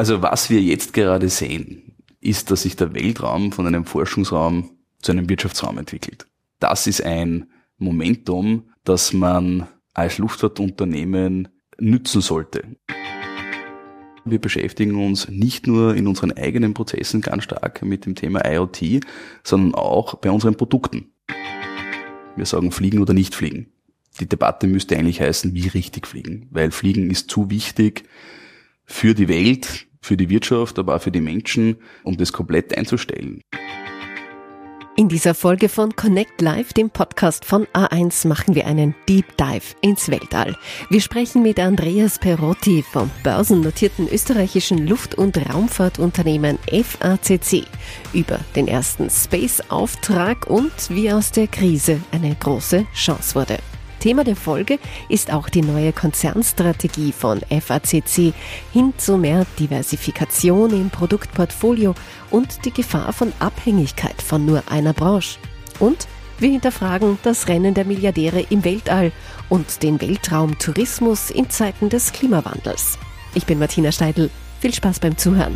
Also was wir jetzt gerade sehen, ist, dass sich der Weltraum von einem Forschungsraum zu einem Wirtschaftsraum entwickelt. Das ist ein Momentum, das man als Luftfahrtunternehmen nützen sollte. Wir beschäftigen uns nicht nur in unseren eigenen Prozessen ganz stark mit dem Thema IoT, sondern auch bei unseren Produkten. Wir sagen fliegen oder nicht fliegen. Die Debatte müsste eigentlich heißen, wie richtig fliegen, weil Fliegen ist zu wichtig für die Welt, für die Wirtschaft, aber auch für die Menschen, um das komplett einzustellen. In dieser Folge von Connect Live, dem Podcast von A1, machen wir einen Deep Dive ins Weltall. Wir sprechen mit Andreas Perotti vom börsennotierten österreichischen Luft- und Raumfahrtunternehmen FACC über den ersten Space-Auftrag und wie aus der Krise eine große Chance wurde. Thema der Folge ist auch die neue Konzernstrategie von FACC hin zu mehr Diversifikation im Produktportfolio und die Gefahr von Abhängigkeit von nur einer Branche. Und wir hinterfragen das Rennen der Milliardäre im Weltall und den Weltraumtourismus in Zeiten des Klimawandels. Ich bin Martina Steidl. Viel Spaß beim Zuhören.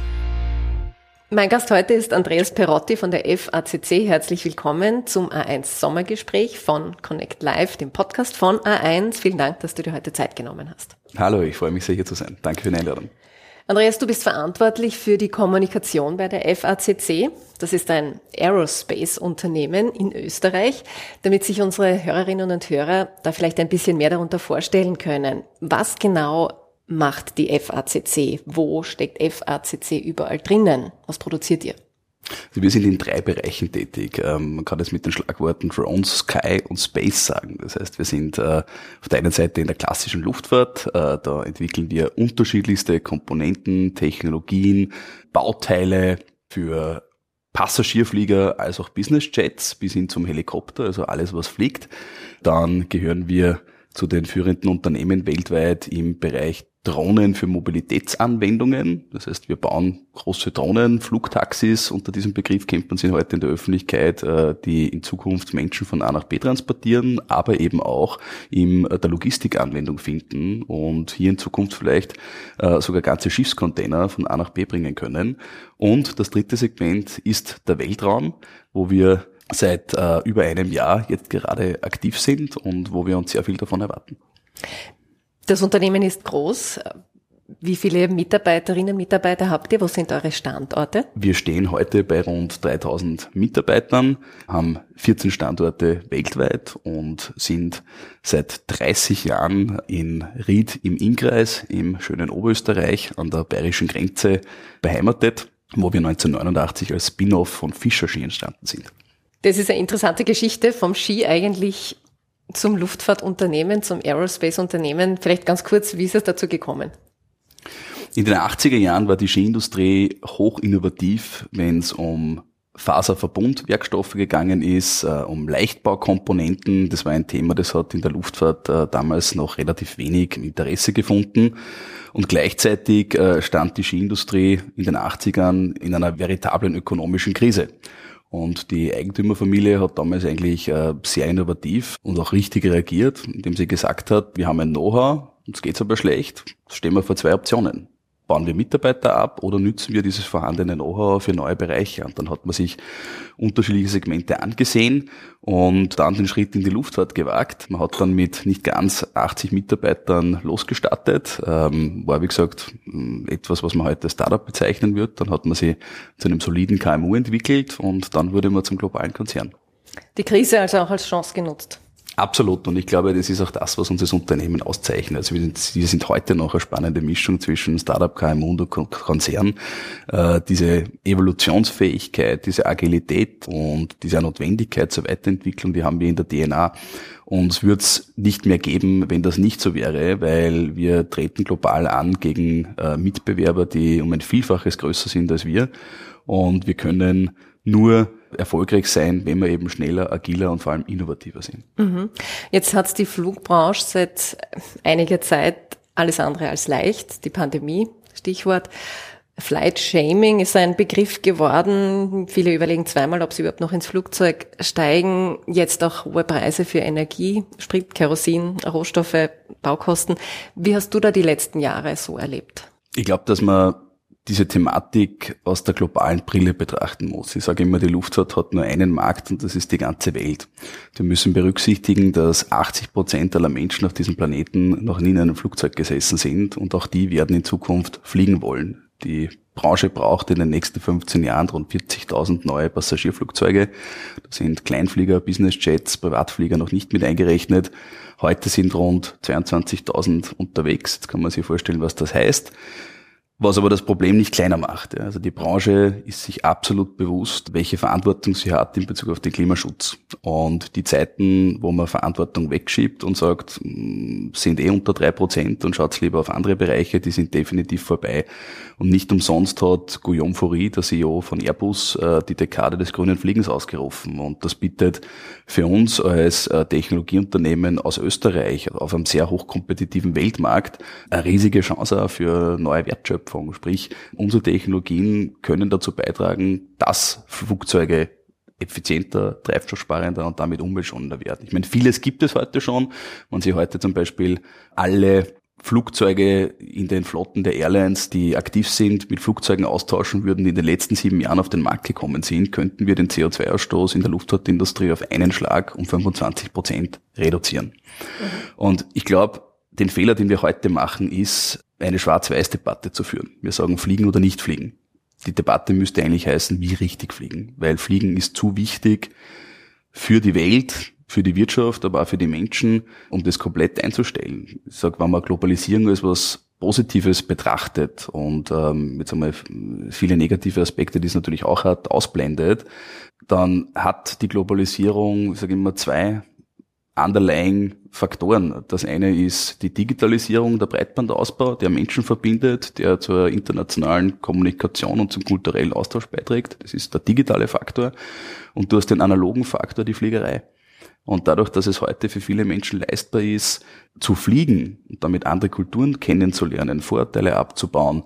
Mein Gast heute ist Andreas Perotti von der FACC. Herzlich willkommen zum A1 Sommergespräch von Connect Live, dem Podcast von A1. Vielen Dank, dass du dir heute Zeit genommen hast. Hallo, ich freue mich sehr, hier zu sein. Danke für die Einladung. Andreas, du bist verantwortlich für die Kommunikation bei der FACC. Das ist ein Aerospace-Unternehmen in Österreich, damit sich unsere Hörerinnen und Hörer da vielleicht ein bisschen mehr darunter vorstellen können. Was genau macht die FACC? Wo steckt FACC überall drinnen? Was produziert ihr? Also wir sind in 3 Bereichen tätig. Man kann das mit den Schlagworten Drones, Sky und Space sagen. Das heißt, wir sind auf der einen Seite in der klassischen Luftfahrt. Da entwickeln wir unterschiedlichste Komponenten, Technologien, Bauteile für Passagierflieger als auch Businessjets bis hin zum Helikopter, also alles, was fliegt. Dann gehören wir zu den führenden Unternehmen weltweit im Bereich Drohnen für Mobilitätsanwendungen. Das heißt, wir bauen große Drohnen, Flugtaxis, unter diesem Begriff kennt man sie heute in der Öffentlichkeit, die in Zukunft Menschen von A nach B transportieren, aber eben auch in der Logistikanwendung finden und hier in Zukunft vielleicht sogar ganze Schiffscontainer von A nach B bringen können. Und das 3. Segment ist der Weltraum, wo wir seit über einem Jahr jetzt gerade aktiv sind und wo wir uns sehr viel davon erwarten. Das Unternehmen ist groß. Wie viele Mitarbeiterinnen und Mitarbeiter habt ihr? Wo sind eure Standorte? Wir stehen heute bei rund 3000 Mitarbeitern, haben 14 Standorte weltweit und sind seit 30 Jahren in Ried im Innkreis im schönen Oberösterreich an der bayerischen Grenze beheimatet, wo wir 1989 als Spin-off von Fischer Ski entstanden sind. Das ist eine interessante Geschichte vom Ski eigentlich zum Luftfahrtunternehmen, zum Aerospace-Unternehmen. Vielleicht ganz kurz, wie ist es dazu gekommen? In den 80er Jahren war die Skiindustrie hoch innovativ, wenn es um Faserverbundwerkstoffe gegangen ist, um Leichtbaukomponenten. Das war ein Thema, das hat in der Luftfahrt damals noch relativ wenig Interesse gefunden. Und gleichzeitig stand die Skiindustrie in den 80ern in einer veritablen ökonomischen Krise. Und die Eigentümerfamilie hat damals eigentlich sehr innovativ und auch richtig reagiert, indem sie gesagt hat, wir haben ein Know-how, uns geht's aber schlecht, stehen wir vor 2 Optionen. Bauen wir Mitarbeiter ab oder nützen wir dieses vorhandene Know-how für neue Bereiche? Und dann hat man sich unterschiedliche Segmente angesehen und dann den Schritt in die Luftfahrt gewagt. Man hat dann mit nicht ganz 80 Mitarbeitern losgestartet. War, wie gesagt, etwas, was man heute als Startup bezeichnen wird. Dann hat man sie zu einem soliden KMU entwickelt und dann wurde man zum globalen Konzern. Die Krise also auch als Chance genutzt? Absolut. Und ich glaube, das ist auch das, was uns das Unternehmen auszeichnet. Also wir sind heute noch eine spannende Mischung zwischen Startup, KMU und Konzern. Diese Evolutionsfähigkeit, diese Agilität und diese Notwendigkeit zur Weiterentwicklung, die haben wir in der DNA. Uns würde es nicht mehr geben, wenn das nicht so wäre, weil wir treten global an gegen Mitbewerber, die um ein Vielfaches größer sind als wir. Und wir können nur erfolgreich sein, wenn wir eben schneller, agiler und vor allem innovativer sind. Jetzt hat die Flugbranche seit einiger Zeit alles andere als leicht. Die Pandemie, Stichwort. Flight Shaming ist ein Begriff geworden. Viele überlegen zweimal, ob sie überhaupt noch ins Flugzeug steigen. Jetzt auch hohe Preise für Energie, Sprit, Kerosin, Rohstoffe, Baukosten. Wie hast du da die letzten Jahre so erlebt? Ich glaube, dass man diese Thematik aus der globalen Brille betrachten muss. Ich sage immer, die Luftfahrt hat nur einen Markt und das ist die ganze Welt. Wir müssen berücksichtigen, dass 80% aller Menschen auf diesem Planeten noch nie in einem Flugzeug gesessen sind und auch die werden in Zukunft fliegen wollen. Die Branche braucht in den nächsten 15 Jahren rund 40.000 neue Passagierflugzeuge. Da sind Kleinflieger, Businessjets, Privatflieger noch nicht mit eingerechnet. Heute sind rund 22.000 unterwegs. Jetzt kann man sich vorstellen, was das heißt. Was aber das Problem nicht kleiner macht. Also die Branche ist sich absolut bewusst, welche Verantwortung sie hat in Bezug auf den Klimaschutz. Und die Zeiten, wo man Verantwortung wegschiebt und sagt, sind unter 3% und schaut lieber auf andere Bereiche, die sind definitiv vorbei. Und nicht umsonst hat Guillaume Faury, der CEO von Airbus, die Dekade des grünen Fliegens ausgerufen. Und das bietet für uns als Technologieunternehmen aus Österreich auf einem sehr hochkompetitiven Weltmarkt eine riesige Chance auch für neue Wertschöpfung. Sprich, unsere Technologien können dazu beitragen, dass Flugzeuge effizienter, treibstoffsparender und damit umweltschonender werden. Ich meine, vieles gibt es heute schon. Wenn Sie heute zum Beispiel alle Flugzeuge in den Flotten der Airlines, die aktiv sind, mit Flugzeugen austauschen würden, die in den letzten 7 Jahren auf den Markt gekommen sind, könnten wir den CO2-Ausstoß in der Luftfahrtindustrie auf einen Schlag um 25% reduzieren. Und ich glaube, den Fehler, den wir heute machen, ist, eine Schwarz-Weiß-Debatte zu führen. Wir sagen fliegen oder nicht fliegen. Die Debatte müsste eigentlich heißen, wie richtig fliegen. Weil Fliegen ist zu wichtig für die Welt, für die Wirtschaft, aber auch für die Menschen, um das komplett einzustellen. Ich sage, wenn man Globalisierung als was Positives betrachtet und jetzt einmal viele negative Aspekte, die es natürlich auch hat, ausblendet, dann hat die Globalisierung, ich sage immer, 2 underlying Faktoren. Das eine ist die Digitalisierung, der Breitbandausbau, der Menschen verbindet, der zur internationalen Kommunikation und zum kulturellen Austausch beiträgt. Das ist der digitale Faktor. Und du hast den analogen Faktor, die Fliegerei. Und dadurch, dass es heute für viele Menschen leistbar ist, zu fliegen und damit andere Kulturen kennenzulernen, Vorurteile abzubauen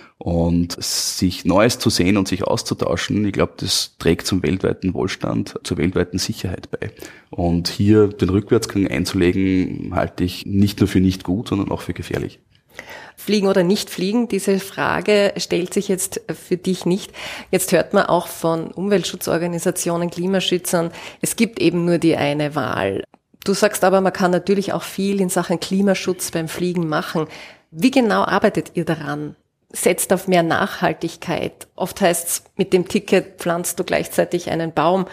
und sich Neues zu sehen und sich auszutauschen, ich glaube, das trägt zum weltweiten Wohlstand, zur weltweiten Sicherheit bei. Und hier den Rückwärtsgang einzulegen, halte ich nicht nur für nicht gut, sondern auch für gefährlich. Fliegen oder nicht fliegen, diese Frage stellt sich jetzt für dich nicht. Jetzt hört man auch von Umweltschutzorganisationen, Klimaschützern, es gibt eben nur die eine Wahl. Du sagst aber, man kann natürlich auch viel in Sachen Klimaschutz beim Fliegen machen. Wie genau arbeitet ihr daran? Setzt auf mehr Nachhaltigkeit. Oft heißt es, mit dem Ticket pflanzt du gleichzeitig einen Baum.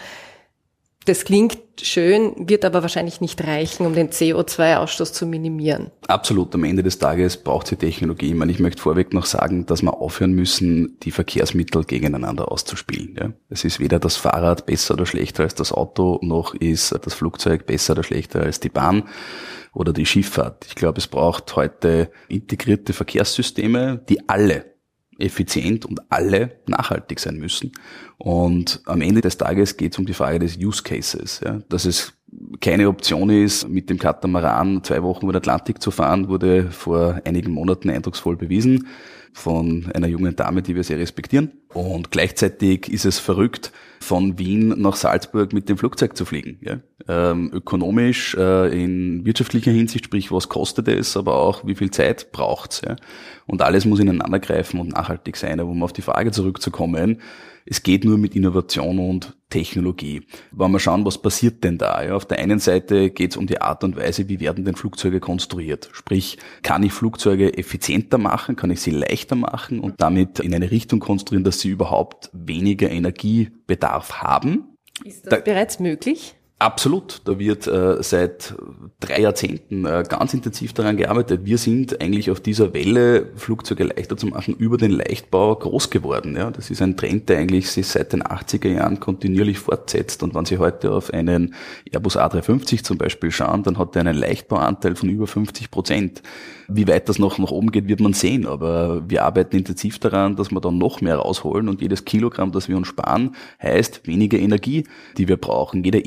Das klingt schön, wird aber wahrscheinlich nicht reichen, um den CO2-Ausstoß zu minimieren. Absolut. Am Ende des Tages braucht sie Technologie. Ich meine, ich möchte vorweg noch sagen, dass wir aufhören müssen, die Verkehrsmittel gegeneinander auszuspielen. Ja? Es ist weder das Fahrrad besser oder schlechter als das Auto, noch ist das Flugzeug besser oder schlechter als die Bahn oder die Schifffahrt. Ich glaube, es braucht heute integrierte Verkehrssysteme, die alle effizient und alle nachhaltig sein müssen. Und am Ende des Tages geht es um die Frage des Use Cases. Ja. Dass es keine Option ist, mit dem Katamaran 2 Wochen über den Atlantik zu fahren, wurde vor einigen Monaten eindrucksvoll bewiesen von einer jungen Dame, die wir sehr respektieren. Und gleichzeitig ist es verrückt, von Wien nach Salzburg mit dem Flugzeug zu fliegen. Ja. Ökonomisch, in wirtschaftlicher Hinsicht, sprich, was kostet es, aber auch, wie viel Zeit braucht's. Ja. Und alles muss ineinander greifen und nachhaltig sein. Aber um auf die Frage zurückzukommen, es geht nur mit Innovation und Technologie. Wenn wir schauen, was passiert denn da? Ja, auf der einen Seite geht es um die Art und Weise, wie werden denn Flugzeuge konstruiert? Sprich, kann ich Flugzeuge effizienter machen? Kann ich sie leichter machen und damit in eine Richtung konstruieren, dass sie überhaupt weniger Energiebedarf haben? Ist das bereits möglich? Absolut. Da wird seit 3 Jahrzehnten ganz intensiv daran gearbeitet. Wir sind eigentlich auf dieser Welle, Flugzeuge leichter zu machen, über den Leichtbau groß geworden. Ja, das ist ein Trend, der eigentlich sich seit den 80er Jahren kontinuierlich fortsetzt. Und wenn Sie heute auf einen Airbus A350 zum Beispiel schauen, dann hat er einen Leichtbauanteil von über 50%. Wie weit das noch nach oben geht, wird man sehen. Aber wir arbeiten intensiv daran, dass wir dann noch mehr rausholen. Und jedes Kilogramm, das wir uns sparen, heißt weniger Energie, die wir brauchen. Jede Aerodynamik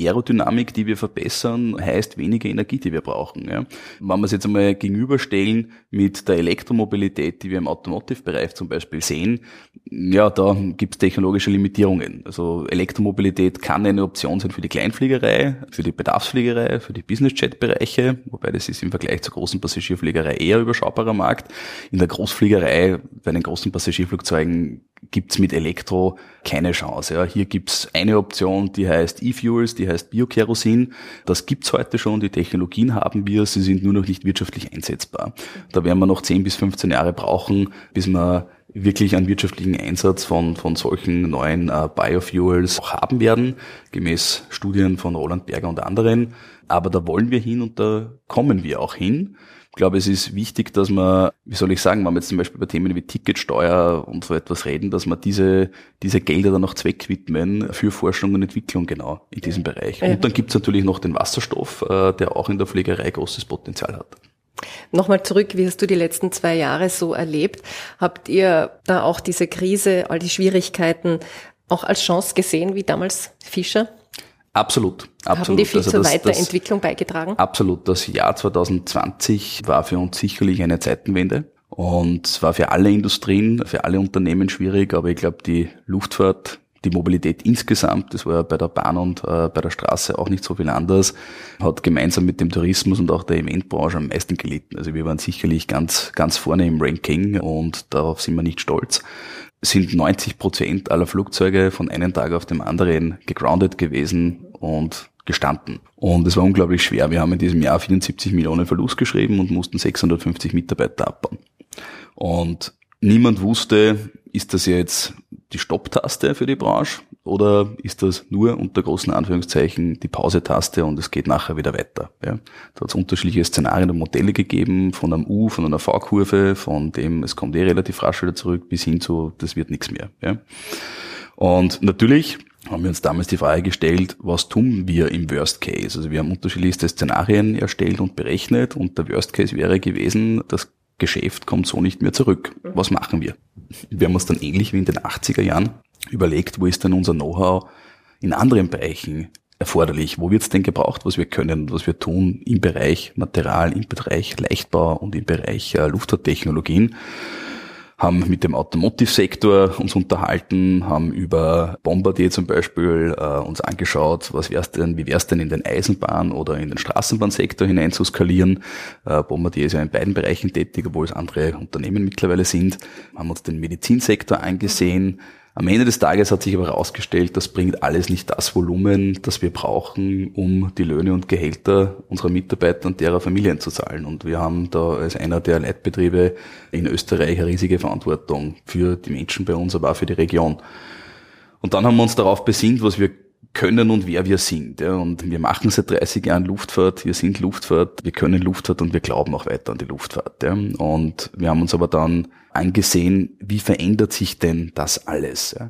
Aerodynamik, die wir verbessern, heißt weniger Energie, die wir brauchen. Ja. Wenn wir es jetzt einmal gegenüberstellen mit der Elektromobilität, die wir im Automotive-Bereich zum Beispiel sehen, ja, da gibt es technologische Limitierungen. Also Elektromobilität kann eine Option sein für die Kleinfliegerei, für die Bedarfsfliegerei, für die Business-Jet-Bereiche, wobei das ist im Vergleich zur großen Passagierfliegerei eher überschaubarer Markt. In der Großfliegerei, bei den großen Passagierflugzeugen, gibt's mit Elektro keine Chance. Ja. Hier gibt's eine Option, die heißt E-Fuels, die heißt Biokerosin. Das gibt's heute schon, die Technologien haben wir, sie sind nur noch nicht wirtschaftlich einsetzbar. Da werden wir noch 10 bis 15 Jahre brauchen, bis wir wirklich einen wirtschaftlichen Einsatz von solchen neuen Biofuels auch haben werden, gemäß Studien von Roland Berger und anderen. Aber da wollen wir hin und da kommen wir auch hin. Ich glaube, es ist wichtig, dass man, wie soll ich sagen, wenn wir jetzt zum Beispiel über Themen wie Ticketsteuer und so etwas reden, dass wir diese Gelder dann auch zweckwidmen für Forschung und Entwicklung genau in diesem Bereich. Und dann gibt es natürlich noch den Wasserstoff, der auch in der Fliegerei großes Potenzial hat. Nochmal zurück, wie hast du die letzten 2 Jahre so erlebt? Habt ihr da auch diese Krise, all die Schwierigkeiten auch als Chance gesehen, wie damals Fischer? Absolut. Haben die viel zur Weiterentwicklung beigetragen? Absolut. Das Jahr 2020 war für uns sicherlich eine Zeitenwende und es war für alle Industrien, für alle Unternehmen schwierig, aber ich glaube, die Luftfahrt, die Mobilität insgesamt, das war ja bei der Bahn und bei der Straße auch nicht so viel anders, hat gemeinsam mit dem Tourismus und auch der Eventbranche am meisten gelitten. Also wir waren sicherlich ganz, ganz vorne im Ranking und darauf sind wir nicht stolz. Sind 90% aller Flugzeuge von einem Tag auf dem anderen gegroundet gewesen und gestanden. Und es war unglaublich schwer. Wir haben in diesem Jahr 74 Millionen Verlust geschrieben und mussten 650 Mitarbeiter abbauen. Und niemand wusste, ist das jetzt die Stopptaste für die Branche oder ist das nur unter großen Anführungszeichen die Pause-Taste und es geht nachher wieder weiter. Ja. Da hat es unterschiedliche Szenarien und Modelle gegeben, von einem U, von einer V-Kurve, von dem es kommt relativ rasch wieder zurück, bis hin zu, das wird nichts mehr. Ja. Und natürlich haben wir uns damals die Frage gestellt, was tun wir im Worst Case? Also wir haben unterschiedlichste Szenarien erstellt und berechnet und der Worst Case wäre gewesen, das Geschäft kommt so nicht mehr zurück. Was machen wir? Wir haben uns dann ähnlich wie in den 80er Jahren überlegt, wo ist denn unser Know-how in anderen Bereichen erforderlich? Wo wird es denn gebraucht, was wir können und was wir tun im Bereich Material, im Bereich Leichtbau und im Bereich Luftfahrttechnologien? Haben mit dem Automotive-Sektor uns unterhalten, haben über Bombardier zum Beispiel uns angeschaut, wie wär's denn in den Eisenbahn- oder in den Straßenbahnsektor hinein zu skalieren. Bombardier ist ja in beiden Bereichen tätig, obwohl es andere Unternehmen mittlerweile sind. Haben uns den Medizinsektor angesehen. Am Ende des Tages hat sich aber herausgestellt, das bringt alles nicht das Volumen, das wir brauchen, um die Löhne und Gehälter unserer Mitarbeiter und derer Familien zu zahlen. Und wir haben da als einer der Leitbetriebe in Österreich eine riesige Verantwortung für die Menschen bei uns, aber auch für die Region. Und dann haben wir uns darauf besinnt, was wir können und wer wir sind. Ja. Und wir machen seit 30 Jahren Luftfahrt, wir sind Luftfahrt, wir können Luftfahrt und wir glauben auch weiter an die Luftfahrt. Ja. Und wir haben uns aber dann angesehen, wie verändert sich denn das alles? Ja.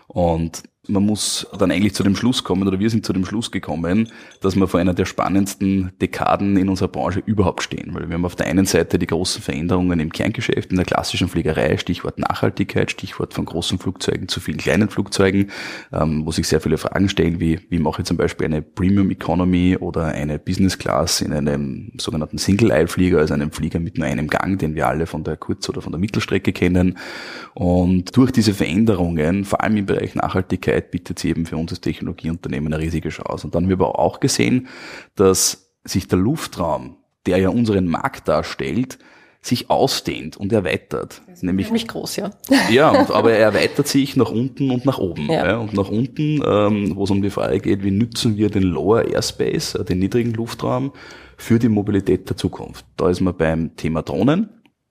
Und man muss dann eigentlich zu dem Schluss kommen, oder wir sind zu dem Schluss gekommen, dass wir vor einer der spannendsten Dekaden in unserer Branche überhaupt stehen. Weil wir haben auf der einen Seite die großen Veränderungen im Kerngeschäft, in der klassischen Fliegerei, Stichwort Nachhaltigkeit, Stichwort von großen Flugzeugen zu vielen kleinen Flugzeugen, wo sich sehr viele Fragen stellen, wie mache ich zum Beispiel eine Premium Economy oder eine Business Class in einem sogenannten Single-Aisle-Flieger, also einem Flieger mit nur einem Gang, den wir alle von der Kurz- oder von der Mittelstrecke kennen. Und durch diese Veränderungen, vor allem im Bereich Nachhaltigkeit, bietet sie eben für uns als Technologieunternehmen eine riesige Chance. Und dann haben wir aber auch gesehen, dass sich der Luftraum, der ja unseren Markt darstellt, sich ausdehnt und erweitert. Das ist nämlich groß, ja. Ja, aber er erweitert sich nach unten und nach oben. Ja. Ja, und nach unten, wo es um die Frage geht, wie nützen wir den Lower Airspace, den niedrigen Luftraum, für die Mobilität der Zukunft. Da ist man beim Thema Drohnen,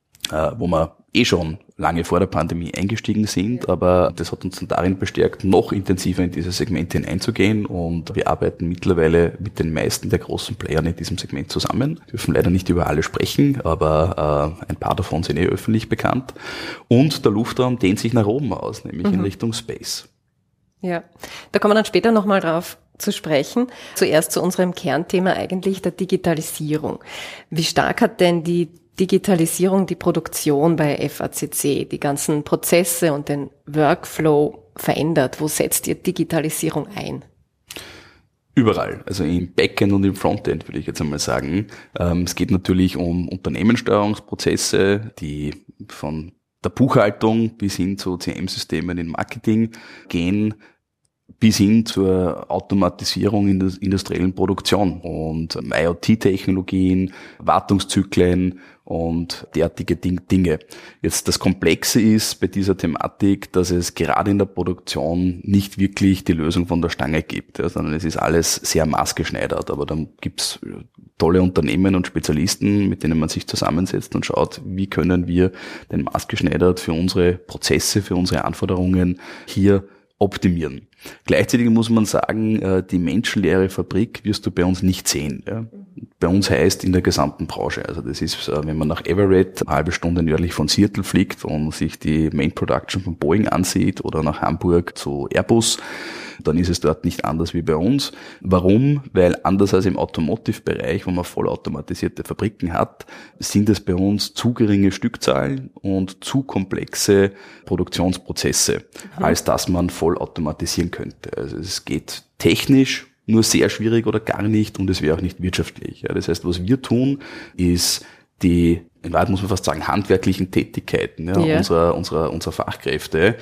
wo wir schon lange vor der Pandemie eingestiegen sind, aber das hat uns dann darin bestärkt, noch intensiver in dieses Segment hineinzugehen und wir arbeiten mittlerweile mit den meisten der großen Playern in diesem Segment zusammen. Wir dürfen leider nicht über alle sprechen, aber ein paar davon sind öffentlich bekannt und der Luftraum dehnt sich nach oben aus, nämlich in Richtung Space. Ja, da kommen wir dann später nochmal drauf zu sprechen. Zuerst zu unserem Kernthema eigentlich der Digitalisierung. Wie stark hat denn die Digitalisierung, die Produktion bei FACC, die ganzen Prozesse und den Workflow verändert? Wo setzt ihr Digitalisierung ein? Überall, also im Backend und im Frontend würde ich jetzt einmal sagen. Es geht natürlich um Unternehmenssteuerungsprozesse, die von der Buchhaltung bis hin zu CM-Systemen im Marketing gehen, bis hin zur Automatisierung in der industriellen Produktion und IoT-Technologien, Wartungszyklen und derartige Dinge. Jetzt das Komplexe ist bei dieser Thematik, dass es gerade in der Produktion nicht wirklich die Lösung von der Stange gibt, sondern es ist alles sehr maßgeschneidert. Aber dann gibt's tolle Unternehmen und Spezialisten, mit denen man sich zusammensetzt und schaut, wie können wir denn maßgeschneidert für unsere Prozesse, für unsere Anforderungen hier optimieren. Gleichzeitig muss man sagen, die menschenleere Fabrik wirst du bei uns nicht sehen. Ja. Bei uns heißt in der gesamten Branche. Also das ist, wenn man nach Everett, eine halbe Stunde nördlich von Seattle fliegt und sich die Main Production von Boeing ansieht oder nach Hamburg zu Airbus, dann ist es dort nicht anders wie bei uns. Warum? Weil anders als im Automotive-Bereich, wo man vollautomatisierte Fabriken hat, sind es bei uns zu geringe Stückzahlen und zu komplexe Produktionsprozesse, als dass man vollautomatisieren könnte. Also es geht technisch nur sehr schwierig oder gar nicht und es wäre auch nicht wirtschaftlich. Ja, das heißt, was wir tun, ist die, in Wahrheit muss man fast sagen, handwerklichen Tätigkeiten unserer Fachkräfte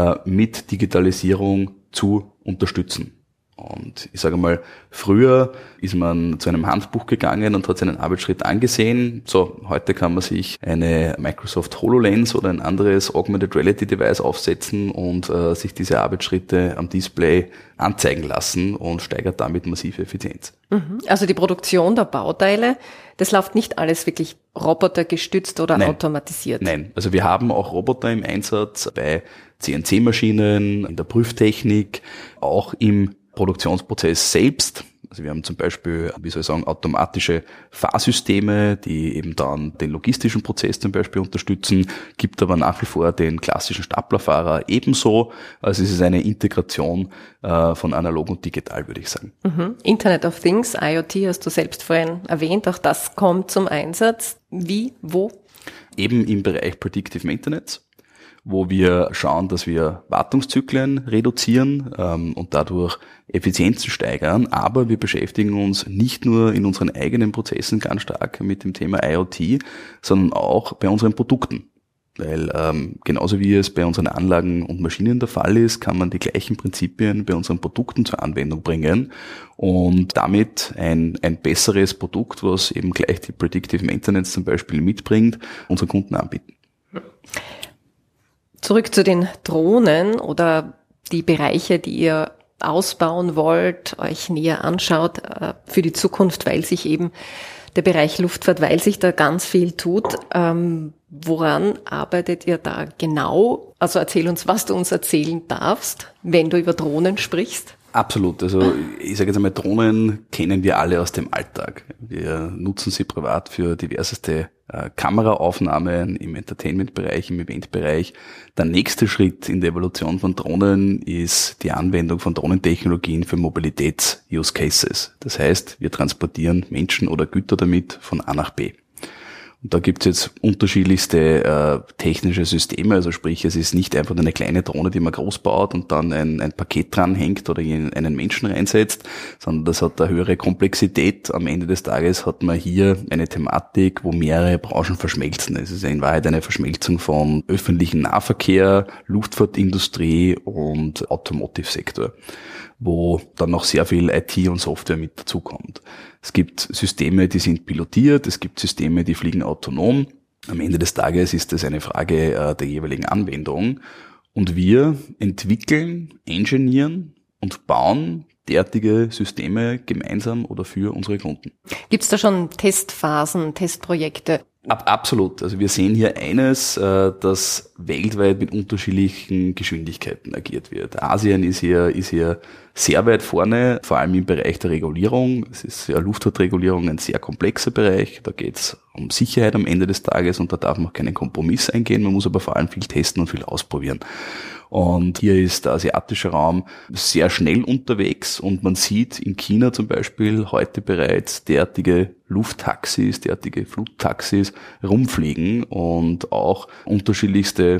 mit Digitalisierung zu unterstützen. Und ich sage mal, früher ist man zu einem Handbuch gegangen und hat seinen Arbeitsschritt angesehen. So, heute kann man sich eine Microsoft HoloLens oder ein anderes Augmented Reality Device aufsetzen und sich diese Arbeitsschritte am Display anzeigen lassen und steigert damit massive Effizienz. Also die Produktion der Bauteile, das läuft nicht alles wirklich robotergestützt oder automatisiert? Nein, also wir haben auch Roboter im Einsatz bei CNC-Maschinen, in der Prüftechnik, auch im Produktionsprozess selbst. Also wir haben zum Beispiel, automatische Fahrsysteme, die eben dann den logistischen Prozess zum Beispiel unterstützen, gibt aber nach wie vor den klassischen Staplerfahrer ebenso. Also es ist eine Integration von analog und digital, würde ich sagen. Internet of Things, IoT hast du selbst vorhin erwähnt, auch das kommt zum Einsatz. Wie, wo? Eben im Bereich Predictive Maintenance, wo wir schauen, dass wir Wartungszyklen reduzieren und dadurch Effizienzen steigern, aber wir beschäftigen uns nicht nur in unseren eigenen Prozessen ganz stark mit dem Thema IoT, sondern auch bei unseren Produkten. Weil genauso wie es bei unseren Anlagen und Maschinen der Fall ist, kann man die gleichen Prinzipien bei unseren Produkten zur Anwendung bringen und damit ein besseres Produkt, was eben gleich die Predictive Maintenance zum Beispiel mitbringt, unseren Kunden anbieten. Zurück zu den Drohnen oder die Bereiche, die ihr ausbauen wollt, euch näher anschaut für die Zukunft, weil sich eben der Bereich Luftfahrt, weil sich da ganz viel tut. Woran arbeitet ihr da genau? Also erzähl uns, was du uns erzählen darfst, wenn du über Drohnen sprichst. Absolut. Also ich sage jetzt einmal, Drohnen kennen wir alle aus dem Alltag. Wir nutzen sie privat für diverseste Kameraaufnahmen im Entertainment-Bereich, im Event-Bereich. Der nächste Schritt in der Evolution von Drohnen ist die Anwendung von Drohnentechnologien für Mobilitäts-Use-Cases. Das heißt, wir transportieren Menschen oder Güter damit von A nach B. Und da gibt es jetzt unterschiedlichste technische Systeme, also sprich, es ist nicht einfach eine kleine Drohne, die man groß baut und dann ein Paket dranhängt oder einen Menschen reinsetzt, sondern das hat eine höhere Komplexität. Am Ende des Tages hat man hier eine Thematik, wo mehrere Branchen verschmelzen. Es ist in Wahrheit eine Verschmelzung von öffentlichem Nahverkehr, Luftfahrtindustrie und Automotive-Sektor, wo dann noch sehr viel IT und Software mit dazukommt. Es gibt Systeme, die sind pilotiert, es gibt Systeme, die fliegen autonom. Am Ende des Tages ist es eine Frage der jeweiligen Anwendung. Und wir entwickeln, ingenieren und bauen derartige Systeme gemeinsam oder für unsere Kunden. Gibt es da schon Testphasen, Testprojekte? Absolut. Also wir sehen hier eines, dass weltweit mit unterschiedlichen Geschwindigkeiten agiert wird. Asien ist hier sehr weit vorne, vor allem im Bereich der Regulierung. Es ist ja Luftfahrtregulierung ein sehr komplexer Bereich. Da geht es um Sicherheit am Ende des Tages und da darf man auch keinen Kompromiss eingehen. Man muss aber vor allem viel testen und viel ausprobieren. Und hier ist der asiatische Raum sehr schnell unterwegs und man sieht in China zum Beispiel heute bereits derartige Lufttaxis, derartige Flugtaxis rumfliegen und auch unterschiedlichste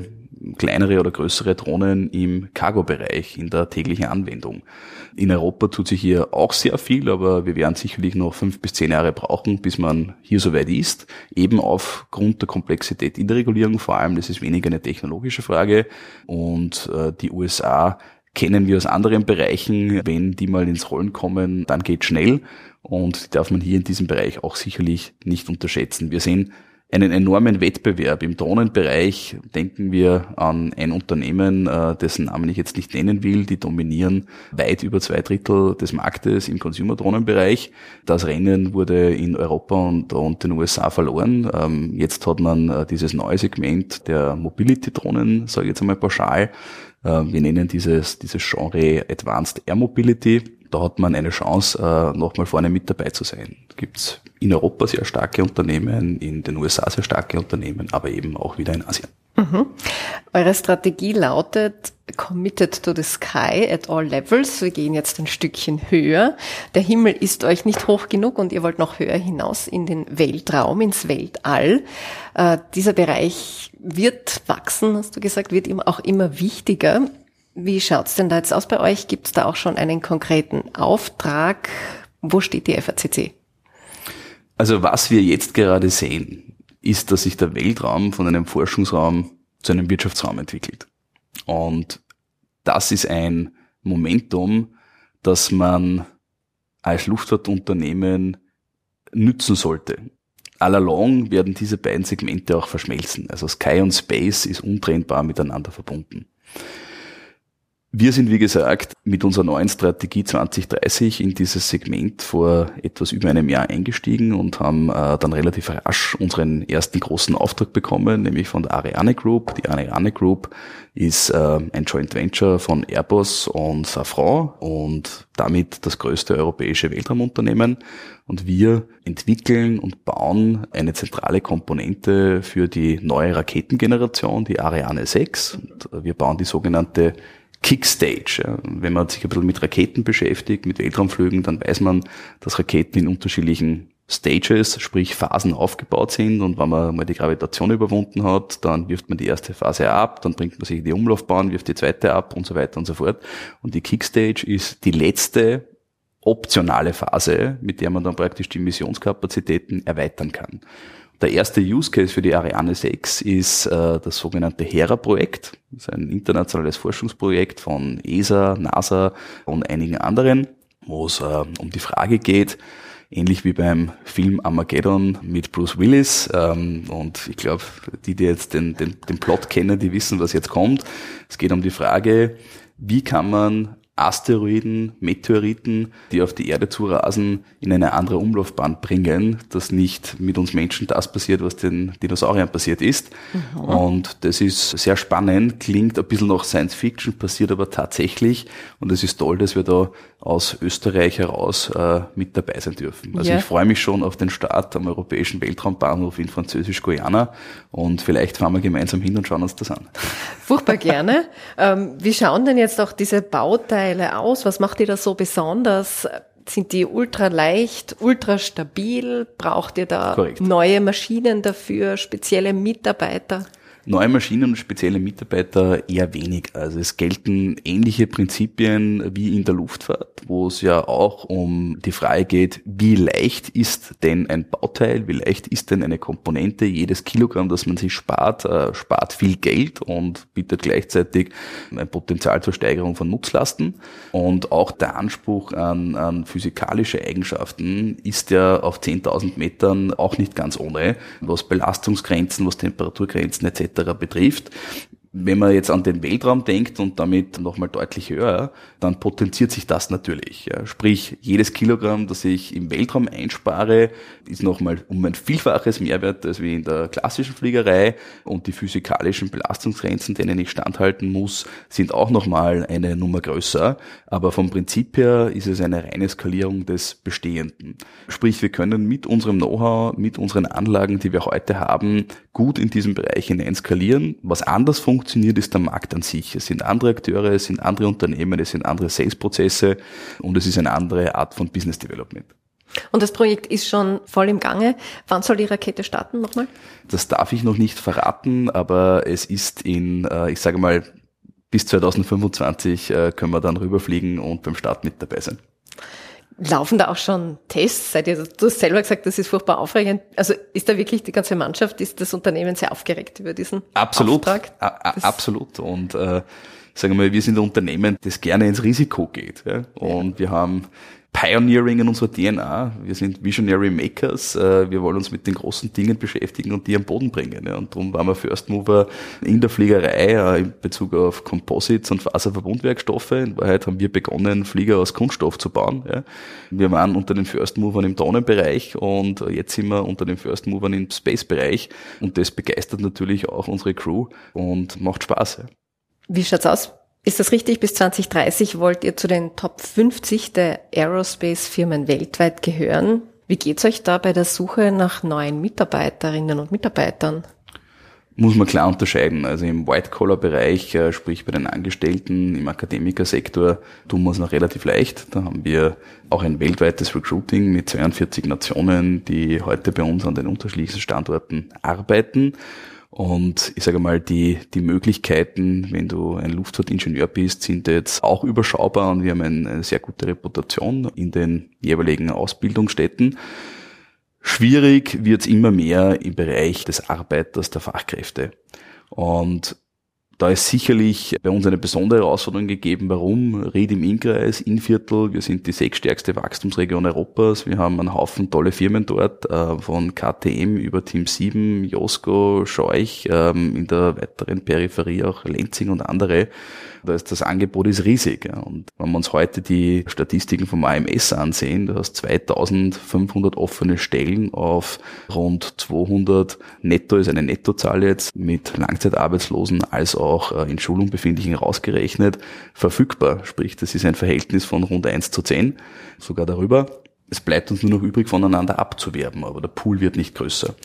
kleinere oder größere Drohnen im Cargo-Bereich, in der täglichen Anwendung. In Europa tut sich hier auch sehr viel, aber wir werden sicherlich noch 5 bis 10 Jahre brauchen, bis man hier soweit ist. Eben aufgrund der Komplexität in der Regulierung vor allem, das ist weniger eine technologische Frage. Und die USA kennen wir aus anderen Bereichen. Wenn die mal ins Rollen kommen, dann geht schnell. Und die darf man hier in diesem Bereich auch sicherlich nicht unterschätzen. Wir sehen einen enormen Wettbewerb. Im Drohnenbereich denken wir an ein Unternehmen, dessen Namen ich jetzt nicht nennen will. Die dominieren weit über 2/3 des Marktes im Consumer-Drohnenbereich. Das Rennen wurde in Europa und den USA verloren. Jetzt hat man dieses neue Segment der Mobility-Drohnen, sage ich jetzt einmal pauschal. Wir nennen dieses Genre Advanced Air Mobility. Da hat man eine Chance, nochmal vorne mit dabei zu sein. Da gibt's in Europa sehr starke Unternehmen, in den USA sehr starke Unternehmen, aber eben auch wieder in Asien. Mhm. Eure Strategie lautet Committed to the Sky at all levels. Wir gehen jetzt ein Stückchen höher. Der Himmel ist euch nicht hoch genug und ihr wollt noch höher hinaus in den Weltraum, ins Weltall. Dieser Bereich wird wachsen, hast du gesagt, wird ihm auch immer wichtiger. Wie schaut's denn da jetzt aus bei euch? Gibt's da auch schon einen konkreten Auftrag? Wo steht die FACC? Also was wir jetzt gerade sehen, ist, dass sich der Weltraum von einem Forschungsraum zu einem Wirtschaftsraum entwickelt. Und das ist ein Momentum, das man als Luftfahrtunternehmen nützen sollte. All along werden diese beiden Segmente auch verschmelzen. Also Sky und Space ist untrennbar miteinander verbunden. Wir sind, wie gesagt, mit unserer neuen Strategie 2030 in dieses Segment vor etwas über einem Jahr eingestiegen und haben dann relativ rasch unseren ersten großen Auftrag bekommen, nämlich von der Ariane Group. Die Ariane Group ist ein Joint Venture von Airbus und Safran und damit das größte europäische Weltraumunternehmen. Und wir entwickeln und bauen eine zentrale Komponente für die neue Raketengeneration, die Ariane 6. Und wir bauen die sogenannte Kickstage. Ja. Wenn man sich ein bisschen mit Raketen beschäftigt, mit Weltraumflügen, dann weiß man, dass Raketen in unterschiedlichen Stages, sprich Phasen aufgebaut sind, und wenn man mal die Gravitation überwunden hat, dann wirft man die erste Phase ab, dann bringt man sich in die Umlaufbahn, wirft die zweite ab und so weiter und so fort. Und die Kickstage ist die letzte optionale Phase, mit der man dann praktisch die Missionskapazitäten erweitern kann. Der erste Use Case für die Ariane 6 ist das sogenannte Hera-Projekt. Das ist ein internationales Forschungsprojekt von ESA, NASA und einigen anderen, wo es um die Frage geht, ähnlich wie beim Film Armageddon mit Bruce Willis. Und ich glaube, die jetzt den Plot kennen, die wissen, was jetzt kommt. Es geht um die Frage, wie kann man Asteroiden, Meteoriten, die auf die Erde zurasen, in eine andere Umlaufbahn bringen, dass nicht mit uns Menschen das passiert, was den Dinosauriern passiert ist. Mhm. Und das ist sehr spannend, klingt ein bisschen nach Science Fiction, passiert aber tatsächlich. Und es ist toll, dass wir da aus Österreich heraus mit dabei sein dürfen. Also Ich freue mich schon auf den Start am europäischen Weltraumbahnhof in Französisch-Guyana, und vielleicht fahren wir gemeinsam hin und schauen uns das an. Furchtbar gerne. Wie schauen denn jetzt auch diese Bauteile aus? Was macht die da so besonders? Sind die ultra leicht, ultra stabil? Braucht ihr da neue Maschinen dafür, spezielle Mitarbeiter? Neue Maschinen und spezielle Mitarbeiter eher wenig. Also es gelten ähnliche Prinzipien wie in der Luftfahrt, wo es ja auch um die Frage geht, wie leicht ist denn ein Bauteil, wie leicht ist denn eine Komponente. Jedes Kilogramm, das man sich spart, spart viel Geld und bietet gleichzeitig ein Potenzial zur Steigerung von Nutzlasten. Und auch der Anspruch an physikalische Eigenschaften ist ja auf 10.000 Metern auch nicht ganz ohne, was Belastungsgrenzen, was Temperaturgrenzen etc. betrifft. Wenn man jetzt an den Weltraum denkt und damit nochmal deutlich höher, dann potenziert sich das natürlich. Ja. Sprich, jedes Kilogramm, das ich im Weltraum einspare, ist nochmal um ein Vielfaches Mehrwert als wie in der klassischen Fliegerei, und die physikalischen Belastungsgrenzen, denen ich standhalten muss, sind auch nochmal eine Nummer größer. Aber vom Prinzip her ist es eine reine Skalierung des Bestehenden. Sprich, wir können mit unserem Know-how, mit unseren Anlagen, die wir heute haben, gut in diesen Bereich hinein skalieren. Was anders funktioniert, ist der Markt an sich. Es sind andere Akteure, es sind andere Unternehmen, es sind andere Sales-Prozesse und es ist eine andere Art von Business Development. Und das Projekt ist schon voll im Gange. Wann soll die Rakete starten nochmal? Das darf ich noch nicht verraten, aber es ist ich sage mal, bis 2025 können wir dann rüberfliegen und beim Start mit dabei sein. Laufen da auch schon Tests? Du hast selber gesagt, das ist furchtbar aufregend. Also ist da wirklich die ganze Mannschaft, ist das Unternehmen sehr aufgeregt über diesen Auftrag? Absolut. Und ich sage mal, wir sind ein Unternehmen, das gerne ins Risiko geht. Ja? Und wir haben Pioneering in unserer DNA. Wir sind Visionary Makers. Wir wollen uns mit den großen Dingen beschäftigen und die am Boden bringen. Ja. Und darum waren wir First Mover in der Fliegerei in Bezug auf Composites und Faserverbundwerkstoffe. In Wahrheit haben wir begonnen, Flieger aus Kunststoff zu bauen. Ja. Wir waren unter den First Movern im Drohnenbereich und jetzt sind wir unter den First Movern im Space-Bereich. Und das begeistert natürlich auch unsere Crew und macht Spaß. Ja. Wie schaut's aus? Ist das richtig? Bis 2030 wollt ihr zu den Top 50 der Aerospace-Firmen weltweit gehören. Wie geht's euch da bei der Suche nach neuen Mitarbeiterinnen und Mitarbeitern? Muss man klar unterscheiden. Also im White-Collar-Bereich, sprich bei den Angestellten, im Akademikersektor, tun wir es noch relativ leicht. Da haben wir auch ein weltweites Recruiting mit 42 Nationen, die heute bei uns an den unterschiedlichsten Standorten arbeiten. Und ich sage mal, die Möglichkeiten, wenn du ein Luftfahrtingenieur bist, sind jetzt auch überschaubar und wir haben eine sehr gute Reputation in den jeweiligen Ausbildungsstätten. Schwierig wird's immer mehr im Bereich des Arbeiters, der Fachkräfte. Und da ist sicherlich bei uns eine besondere Herausforderung gegeben. Warum? Ried im Innkreis, Innviertel, wir sind die 6. stärkste Wachstumsregion Europas. Wir haben einen Haufen tolle Firmen dort, von KTM über Team 7, Josco, Scheuch, in der weiteren Peripherie auch Lenzing und andere. Das Angebot ist riesig. Ja. Und wenn wir uns heute die Statistiken vom AMS ansehen, du hast 2500 offene Stellen auf rund 200 netto, ist eine Nettozahl jetzt, mit Langzeitarbeitslosen als auch in Schulung befindlichen rausgerechnet, verfügbar. Sprich, das ist ein Verhältnis von rund 1:10, sogar darüber. Es bleibt uns nur noch übrig, voneinander abzuwerben, aber der Pool wird nicht größer.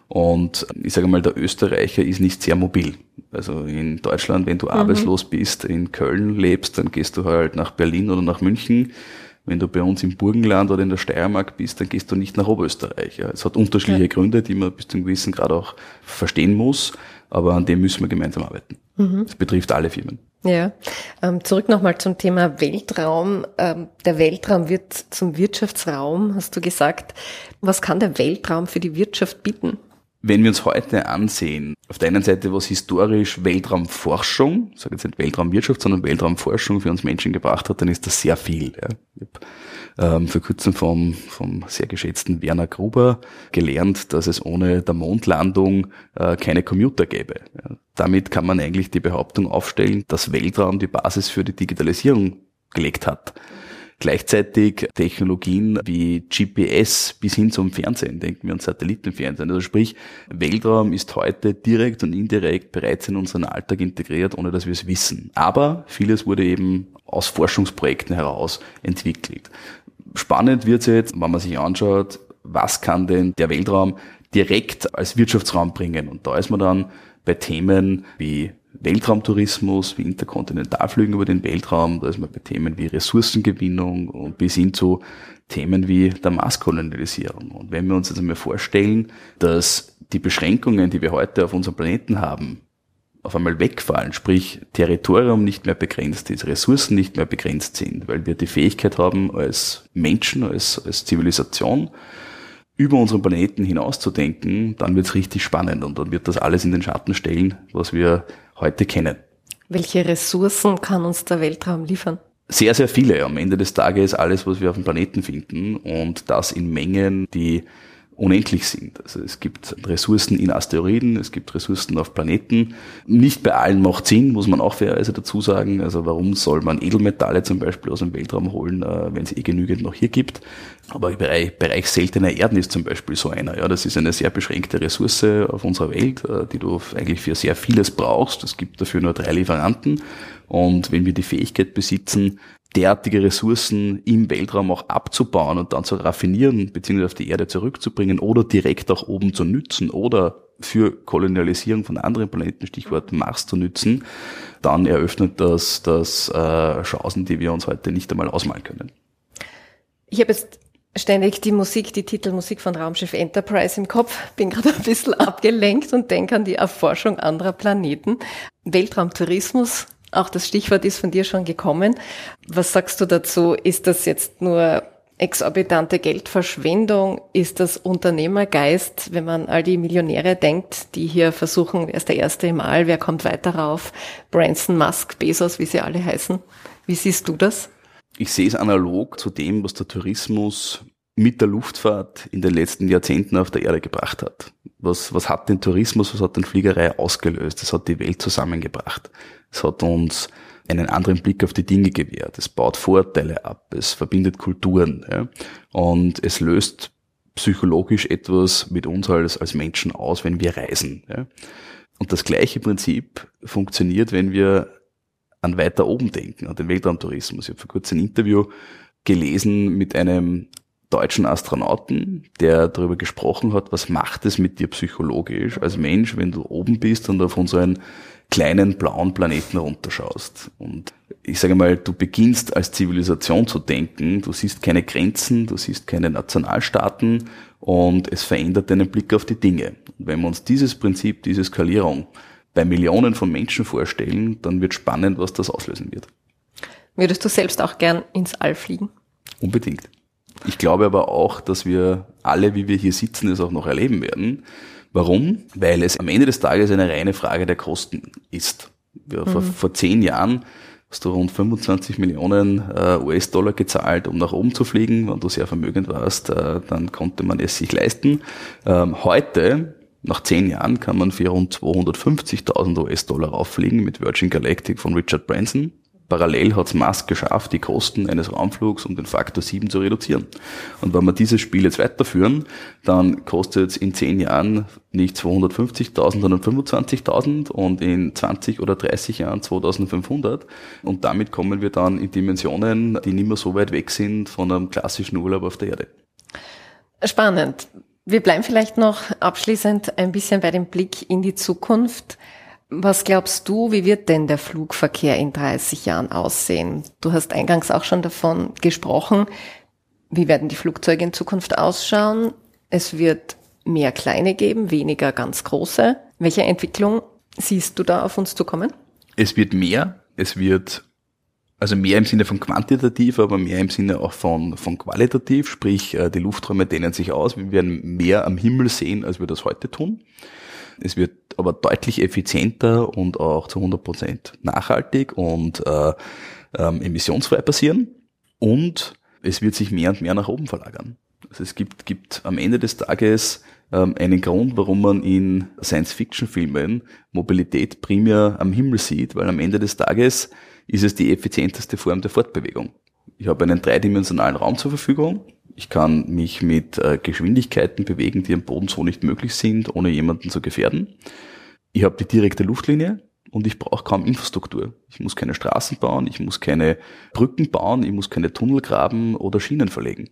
Und ich sage mal, der Österreicher ist nicht sehr mobil. Also in Deutschland, wenn du arbeitslos bist, in Köln lebst, dann gehst du halt nach Berlin oder nach München. Wenn du bei uns im Burgenland oder in der Steiermark bist, dann gehst du nicht nach Oberösterreich. Ja. Es hat unterschiedliche Gründe, die man bis zu einem gewissen Grad auch verstehen muss, aber an dem müssen wir gemeinsam arbeiten. Das betrifft alle Firmen. Ja, zurück nochmal zum Thema Weltraum. Der Weltraum wird zum Wirtschaftsraum, hast du gesagt. Was kann der Weltraum für die Wirtschaft bieten? Wenn wir uns heute ansehen, auf der einen Seite, was historisch Weltraumforschung, ich sage jetzt nicht Weltraumwirtschaft, sondern Weltraumforschung für uns Menschen gebracht hat, dann ist das sehr viel. Ja. Ich habe vor kurzem vom sehr geschätzten Werner Gruber gelernt, dass es ohne der Mondlandung keine Computer gäbe. Ja. Damit kann man eigentlich die Behauptung aufstellen, dass Weltraum die Basis für die Digitalisierung gelegt hat. Gleichzeitig Technologien wie GPS bis hin zum Fernsehen, denken wir an Satellitenfernsehen. Also sprich, Weltraum ist heute direkt und indirekt bereits in unseren Alltag integriert, ohne dass wir es wissen. Aber vieles wurde eben aus Forschungsprojekten heraus entwickelt. Spannend wird es jetzt, wenn man sich anschaut, was kann denn der Weltraum direkt als Wirtschaftsraum bringen? Und da ist man dann bei Themen wie Weltraumtourismus, wie Interkontinentalflügen über den Weltraum, da ist man bei Themen wie Ressourcengewinnung und bis hin zu Themen wie der Marskolonialisierung. Und wenn wir uns jetzt einmal vorstellen, dass die Beschränkungen, die wir heute auf unserem Planeten haben, auf einmal wegfallen, sprich Territorium nicht mehr begrenzt ist, Ressourcen nicht mehr begrenzt sind, weil wir die Fähigkeit haben, als Menschen, als Zivilisation, über unseren Planeten hinauszudenken, dann wird es richtig spannend und dann wird das alles in den Schatten stellen, was wir heute kennen. Welche Ressourcen kann uns der Weltraum liefern? Sehr, sehr viele. Am Ende des Tages alles, was wir auf dem Planeten finden und das in Mengen, die unendlich sind. Also es gibt Ressourcen in Asteroiden, es gibt Ressourcen auf Planeten. Nicht bei allen macht Sinn, muss man auch fairerweise dazu sagen. Also warum soll man Edelmetalle zum Beispiel aus dem Weltraum holen, wenn es genügend noch hier gibt? Aber im Bereich seltener Erden ist zum Beispiel so einer. Ja, das ist eine sehr beschränkte Ressource auf unserer Welt, die du eigentlich für sehr vieles brauchst. Es gibt dafür nur 3 Lieferanten. Und wenn wir die Fähigkeit besitzen, derartige Ressourcen im Weltraum auch abzubauen und dann zu raffinieren, beziehungsweise auf die Erde zurückzubringen oder direkt auch oben zu nützen oder für Kolonialisierung von anderen Planeten, Stichwort Mars, zu nützen, dann eröffnet das Chancen, die wir uns heute nicht einmal ausmalen können. Ich habe jetzt ständig die Titelmusik von Raumschiff Enterprise im Kopf. Bin gerade ein bisschen abgelenkt und denke an die Erforschung anderer Planeten. Weltraumtourismus, auch das Stichwort ist von dir schon gekommen. Was sagst du dazu? Ist das jetzt nur exorbitante Geldverschwendung? Ist das Unternehmergeist, wenn man all die Millionäre denkt, die hier versuchen, wer ist der Erste im All, wer kommt weiter rauf? Branson, Musk, Bezos, wie sie alle heißen. Wie siehst du das? Ich sehe es analog zu dem, was der Tourismus mit der Luftfahrt in den letzten Jahrzehnten auf der Erde gebracht hat. Was hat den Tourismus, was hat den Fliegerei ausgelöst? Es hat die Welt zusammengebracht. Es hat uns einen anderen Blick auf die Dinge gewährt. Es baut Vorurteile ab, es verbindet Kulturen, ja? Und es löst psychologisch etwas mit uns als Menschen aus, wenn wir reisen. Ja? Und das gleiche Prinzip funktioniert, wenn wir an weiter oben denken, an den Weltraumtourismus. Ich habe vor kurzem ein Interview gelesen mit einem deutschen Astronauten, der darüber gesprochen hat, was macht es mit dir psychologisch als Mensch, wenn du oben bist und auf unseren kleinen blauen Planeten runterschaust. Und ich sage mal, du beginnst als Zivilisation zu denken, du siehst keine Grenzen, du siehst keine Nationalstaaten und es verändert deinen Blick auf die Dinge. Und wenn wir uns dieses Prinzip, diese Skalierung bei Millionen von Menschen vorstellen, dann wird spannend, was das auslösen wird. Würdest du selbst auch gern ins All fliegen? Unbedingt. Ich glaube aber auch, dass wir alle, wie wir hier sitzen, es auch noch erleben werden. Warum? Weil es am Ende des Tages eine reine Frage der Kosten ist. Vor 10 Jahren hast du rund 25 Millionen US-Dollar gezahlt, um nach oben zu fliegen. Wenn du sehr vermögend warst, dann konnte man es sich leisten. Heute, nach 10 Jahren, kann man für rund 250.000 US-Dollar rauffliegen mit Virgin Galactic von Richard Branson. Parallel hat es Musk geschafft, die Kosten eines Raumflugs um den Faktor 7 zu reduzieren. Und wenn wir dieses Spiel jetzt weiterführen, dann kostet es in 10 Jahren nicht 250.000, sondern 25.000 und in 20 oder 30 Jahren 2.500. Und damit kommen wir dann in Dimensionen, die nicht mehr so weit weg sind von einem klassischen Urlaub auf der Erde. Spannend. Wir bleiben vielleicht noch abschließend ein bisschen bei dem Blick in die Zukunft. Was glaubst du, wie wird denn der Flugverkehr in 30 Jahren aussehen? Du hast eingangs auch schon davon gesprochen. Wie werden die Flugzeuge in Zukunft ausschauen? Es wird mehr kleine geben, weniger ganz große. Welche Entwicklung siehst du da auf uns zukommen? Es wird mehr. Es wird also mehr im Sinne von quantitativ, aber mehr im Sinne auch von qualitativ. Sprich, die Lufträume dehnen sich aus. Wir werden mehr am Himmel sehen, als wir das heute tun. Es wird aber deutlich effizienter und auch zu 100% nachhaltig und emissionsfrei passieren. Und es wird sich mehr und mehr nach oben verlagern. Also es gibt am Ende des Tages einen Grund, warum man in Science-Fiction-Filmen Mobilität primär am Himmel sieht, weil am Ende des Tages ist es die effizienteste Form der Fortbewegung. Ich habe einen dreidimensionalen Raum zur Verfügung. Ich kann mich mit Geschwindigkeiten bewegen, die am Boden so nicht möglich sind, ohne jemanden zu gefährden. Ich habe die direkte Luftlinie und ich brauche kaum Infrastruktur. Ich muss keine Straßen bauen, ich muss keine Brücken bauen, ich muss keine Tunnel graben oder Schienen verlegen.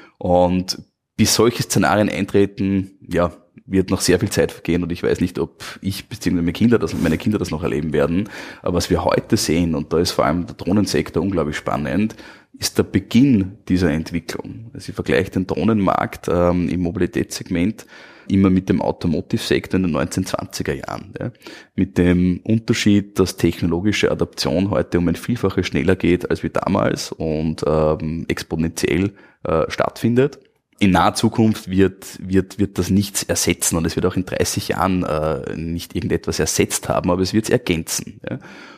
Und bis solche Szenarien eintreten, ja, wird noch sehr viel Zeit vergehen und ich weiß nicht, ob ich bzw. meine Kinder das noch erleben werden. Aber was wir heute sehen, und da ist vor allem der Drohnensektor unglaublich spannend, ist der Beginn dieser Entwicklung. Also ich vergleiche den Drohnenmarkt im Mobilitätssegment immer mit dem Automotive-Sektor in den 1920er Jahren. Ja. Mit dem Unterschied, dass technologische Adaption heute um ein Vielfaches schneller geht als wie damals und exponentiell stattfindet. In naher Zukunft wird das nichts ersetzen und es wird auch in 30 Jahren nicht irgendetwas ersetzt haben, aber es wird es ergänzen. Ja.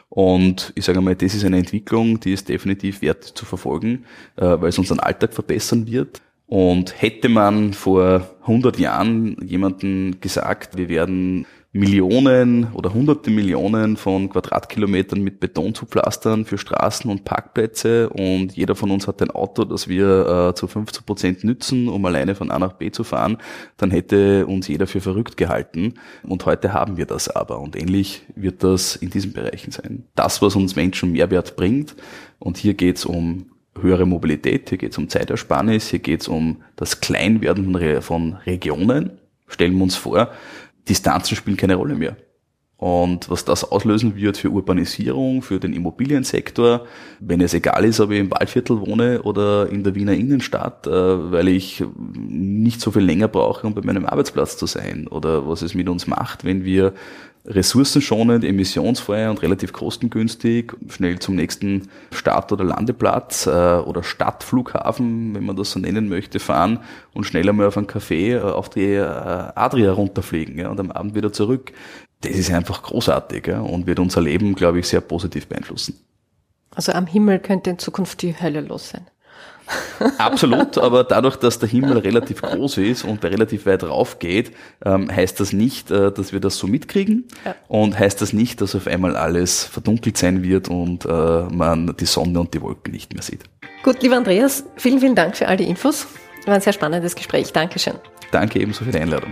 Und ich sage mal, das ist eine Entwicklung, die ist definitiv wert zu verfolgen, weil es unseren Alltag verbessern wird. Und hätte man vor 100 Jahren jemanden gesagt, wir werden Millionen oder hunderte Millionen von Quadratkilometern mit Beton zu pflastern für Straßen und Parkplätze und jeder von uns hat ein Auto, das wir zu 50% nützen, um alleine von A nach B zu fahren, dann hätte uns jeder für verrückt gehalten. Und heute haben wir das aber und ähnlich wird das in diesen Bereichen sein. Das, was uns Menschen Mehrwert bringt, und hier geht es um höhere Mobilität, hier geht es um Zeitersparnis, hier geht es um das Kleinwerden von Regionen. Stellen wir uns vor, Distanzen spielen keine Rolle mehr. Und was das auslösen wird für Urbanisierung, für den Immobiliensektor, wenn es egal ist, ob ich im Waldviertel wohne oder in der Wiener Innenstadt, weil ich nicht so viel länger brauche, um bei meinem Arbeitsplatz zu sein, oder was es mit uns macht, wenn wir ressourcenschonend, emissionsfrei und relativ kostengünstig schnell zum nächsten Start- oder Landeplatz oder Stadtflughafen, wenn man das so nennen möchte, fahren und schnell einmal auf einen Café auf die Adria runterfliegen, ja, und am Abend wieder zurück. Das ist einfach großartig, ja, und wird unser Leben, glaube ich, sehr positiv beeinflussen. Also am Himmel könnte in Zukunft die Hölle los sein. Absolut, aber dadurch, dass der Himmel relativ groß ist und relativ weit rauf geht, heißt das nicht, dass wir das so mitkriegen, und heißt das nicht, dass auf einmal alles verdunkelt sein wird und man die Sonne und die Wolken nicht mehr sieht. Gut, lieber Andreas, vielen, vielen Dank für all die Infos. War ein sehr spannendes Gespräch. Dankeschön. Danke ebenso für die Einladung.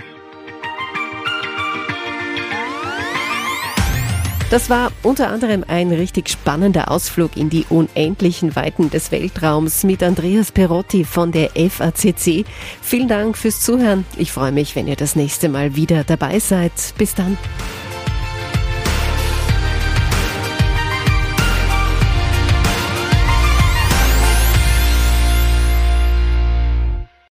Das war unter anderem ein richtig spannender Ausflug in die unendlichen Weiten des Weltraums mit Andreas Perotti von der FACC. Vielen Dank fürs Zuhören. Ich freue mich, wenn ihr das nächste Mal wieder dabei seid. Bis dann.